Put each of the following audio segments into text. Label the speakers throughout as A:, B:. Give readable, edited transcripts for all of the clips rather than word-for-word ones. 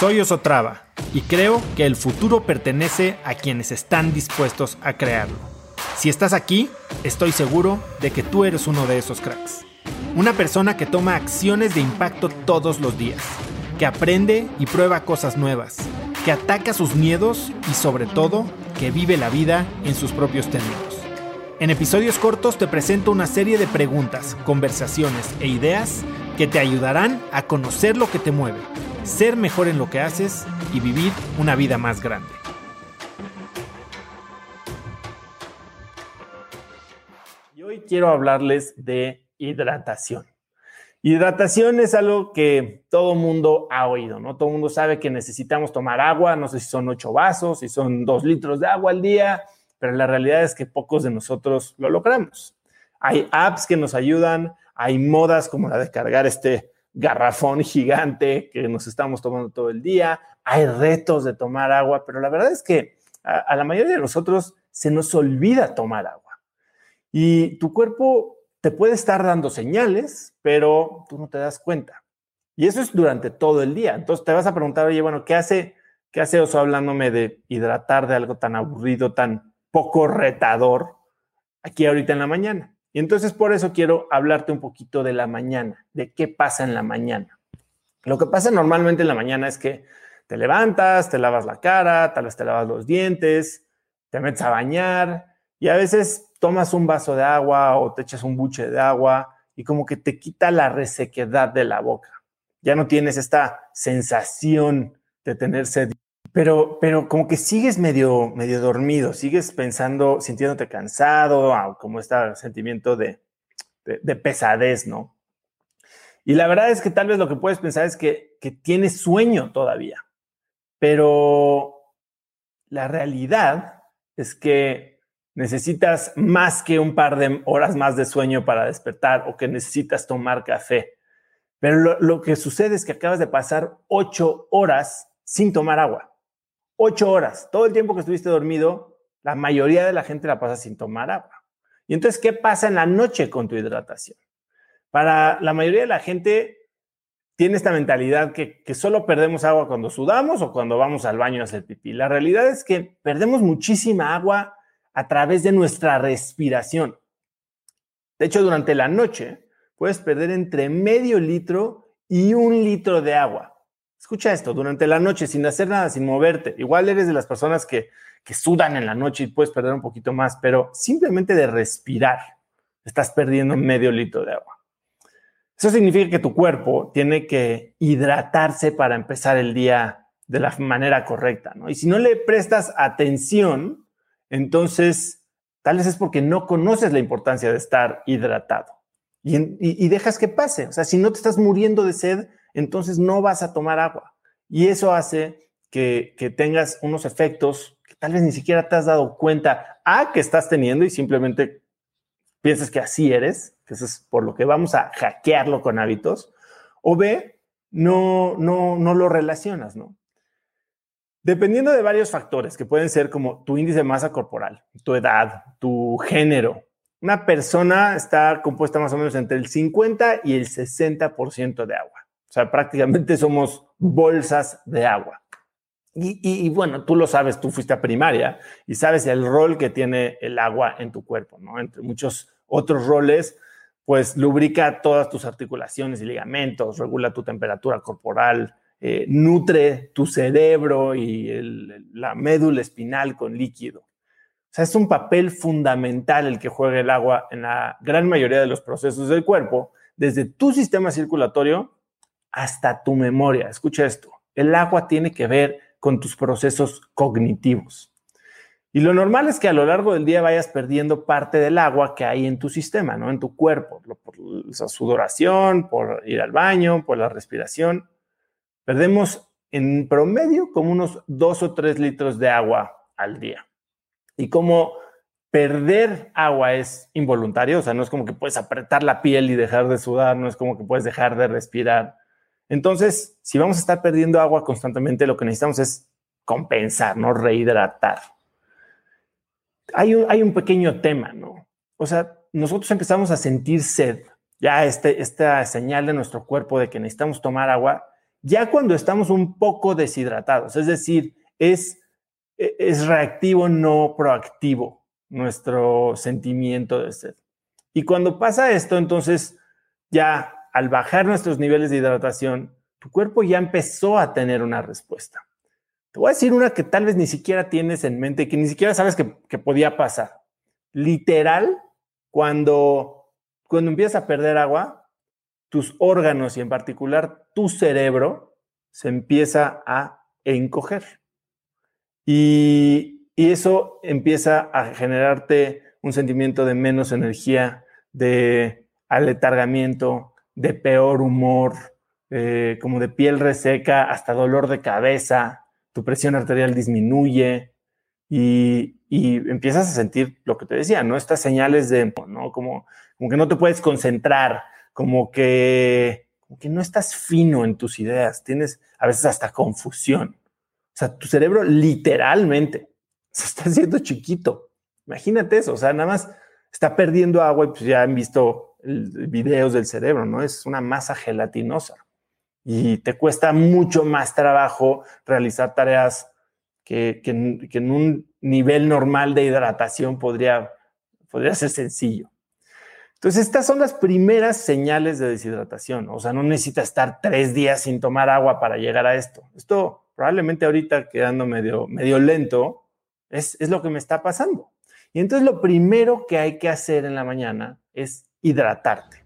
A: Soy Osotrava y creo que el futuro pertenece a quienes están dispuestos a crearlo. Si estás aquí, estoy seguro de que tú eres uno de esos cracks. Una persona que toma acciones de impacto todos los días, que aprende y prueba cosas nuevas, que ataca sus miedos y sobre todo, que vive la vida en sus propios términos. En episodios cortos te presento una serie de preguntas, conversaciones e ideas que te ayudarán a conocer lo que te mueve, ser mejor en lo que haces y vivir una vida más grande. Y hoy quiero hablarles de hidratación. Hidratación es algo que todo mundo ha oído, ¿no? Todo mundo sabe que necesitamos tomar agua, no sé si son 8 vasos, si son 2 litros de agua al día, pero la realidad es que pocos de nosotros lo logramos. Hay apps que nos ayudan, hay modas como la de cargar este garrafón gigante que nos estamos tomando todo el día, hay retos de tomar agua, pero la verdad es que a la mayoría de nosotros se nos olvida tomar agua. Y tu cuerpo te puede estar dando señales, pero tú no te das cuenta. Y eso es durante todo el día. Entonces te vas a preguntar, oye, bueno, ¿qué hace Oso hablándome de hidratar, de algo tan aburrido, tan poco retador aquí ahorita en la mañana? Y entonces por eso quiero hablarte un poquito de la mañana, de qué pasa en la mañana. Lo que pasa normalmente en la mañana es que te levantas, te lavas la cara, tal vez te lavas los dientes, te metes a bañar y a veces tomas un vaso de agua o te echas un buche de agua y como que te quita la resequedad de la boca. Ya no tienes esta sensación de tener sed. Pero como que sigues medio dormido, sigues pensando, sintiéndote cansado, como este sentimiento de pesadez, ¿no? Y la verdad es que tal vez lo que puedes pensar es que tienes sueño todavía, pero la realidad es que necesitas más que un par de horas más de sueño para despertar o que necesitas tomar café. Pero lo que sucede es que acabas de pasar 8 horas sin tomar agua. 8 horas. Todo el tiempo que estuviste dormido, la mayoría de la gente la pasa sin tomar agua. Y entonces, ¿qué pasa en la noche con tu hidratación? Para la mayoría de la gente tiene esta mentalidad que solo perdemos agua cuando sudamos o cuando vamos al baño a hacer pipí. La realidad es que perdemos muchísima agua a través de nuestra respiración. De hecho, durante la noche puedes perder entre medio litro y 1 litro de agua. Escucha esto, durante la noche, sin hacer nada, sin moverte. Igual eres de las personas que sudan en la noche y puedes perder un poquito más, pero simplemente de respirar estás perdiendo medio litro de agua. Eso significa que tu cuerpo tiene que hidratarse para empezar el día de la manera correcta, ¿no? Y si no le prestas atención, entonces tal vez es porque no conoces la importancia de estar hidratado y dejas que pase. O sea, si no te estás muriendo de sed, entonces no vas a tomar agua. Y eso hace que tengas unos efectos que tal vez ni siquiera te has dado cuenta que estás teniendo y simplemente piensas que así eres, que eso es por lo que vamos a hackearlo con hábitos, o B, no lo relacionas, ¿no? Dependiendo de varios factores que pueden ser como tu índice de masa corporal, tu edad, tu género, una persona está compuesta más o menos entre el 50 y el 60% de agua. O sea, prácticamente somos bolsas de agua. Y bueno, tú lo sabes, tú fuiste a primaria y sabes el rol que tiene el agua en tu cuerpo, ¿no? Entre muchos otros roles, pues lubrica todas tus articulaciones y ligamentos, regula tu temperatura corporal, nutre tu cerebro y la médula espinal con líquido. O sea, es un papel fundamental el que juega el agua en la gran mayoría de los procesos del cuerpo, desde tu sistema circulatorio hasta tu memoria. Escucha esto, el agua tiene que ver con tus procesos cognitivos. Y lo normal es que a lo largo del día vayas perdiendo parte del agua que hay en tu sistema, ¿no? En tu cuerpo, por la sudoración, por ir al baño, por la respiración. Perdemos en promedio como unos 2 o 3 litros de agua al día. Y como perder agua es involuntario, o sea, no es como que puedes apretar la piel y dejar de sudar, no es como que puedes dejar de respirar. Entonces, si vamos a estar perdiendo agua constantemente, lo que necesitamos es compensar, ¿no? Rehidratar. Hay un pequeño tema, ¿no? O sea, nosotros empezamos a sentir sed, ya esta señal de nuestro cuerpo de que necesitamos tomar agua, Ya cuando estamos un poco deshidratados, es decir, es reactivo, no proactivo nuestro sentimiento de sed. Y cuando pasa esto, entonces ya al bajar nuestros niveles de hidratación, tu cuerpo ya empezó a tener una respuesta. Te voy a decir una que tal vez ni siquiera tienes en mente, que ni siquiera sabes que podía pasar. Literal, cuando empiezas a perder agua, tus órganos y en particular tu cerebro se empieza a encoger. Y eso empieza a generarte un sentimiento de menos energía, de aletargamiento, de peor humor, como de piel reseca, hasta dolor de cabeza, tu presión arterial disminuye y empiezas a sentir lo que te decía, ¿no? Estas señales de, ¿no? Como que no te puedes concentrar, como que no estás fino en tus ideas, tienes a veces hasta confusión. O sea, tu cerebro literalmente se está haciendo chiquito. Imagínate eso, o sea, nada más está perdiendo agua y pues ya han visto videos del cerebro, ¿no? Es una masa gelatinosa y te cuesta mucho más trabajo realizar tareas que en un nivel normal de hidratación podría ser sencillo. Entonces, estas son las primeras señales de deshidratación. O sea, no necesitas estar 3 días sin tomar agua para llegar a esto. Esto probablemente ahorita quedando medio lento es lo que me está pasando. Y entonces lo primero que hay que hacer en la mañana es hidratarte.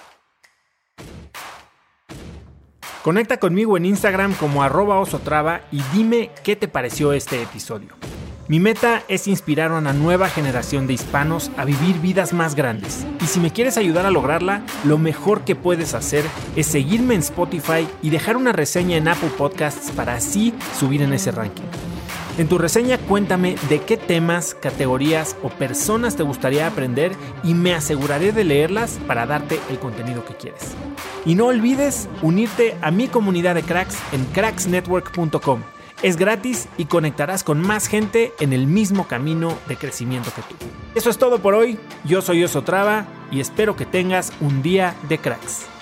B: Conecta conmigo en Instagram como @osotrava y dime qué te pareció este episodio. Mi meta es inspirar a una nueva generación de hispanos a vivir vidas más grandes. Y si me quieres ayudar a lograrla, lo mejor que puedes hacer es seguirme en Spotify y dejar una reseña en Apple Podcasts para así subir en ese ranking. En tu reseña cuéntame de qué temas, categorías o personas te gustaría aprender y me aseguraré de leerlas para darte el contenido que quieres. Y no olvides unirte a mi comunidad de cracks en cracksnetwork.com. Es gratis y conectarás con más gente en el mismo camino de crecimiento que tú. Eso es todo por hoy. Yo soy Oso Trava y espero que tengas un día de cracks.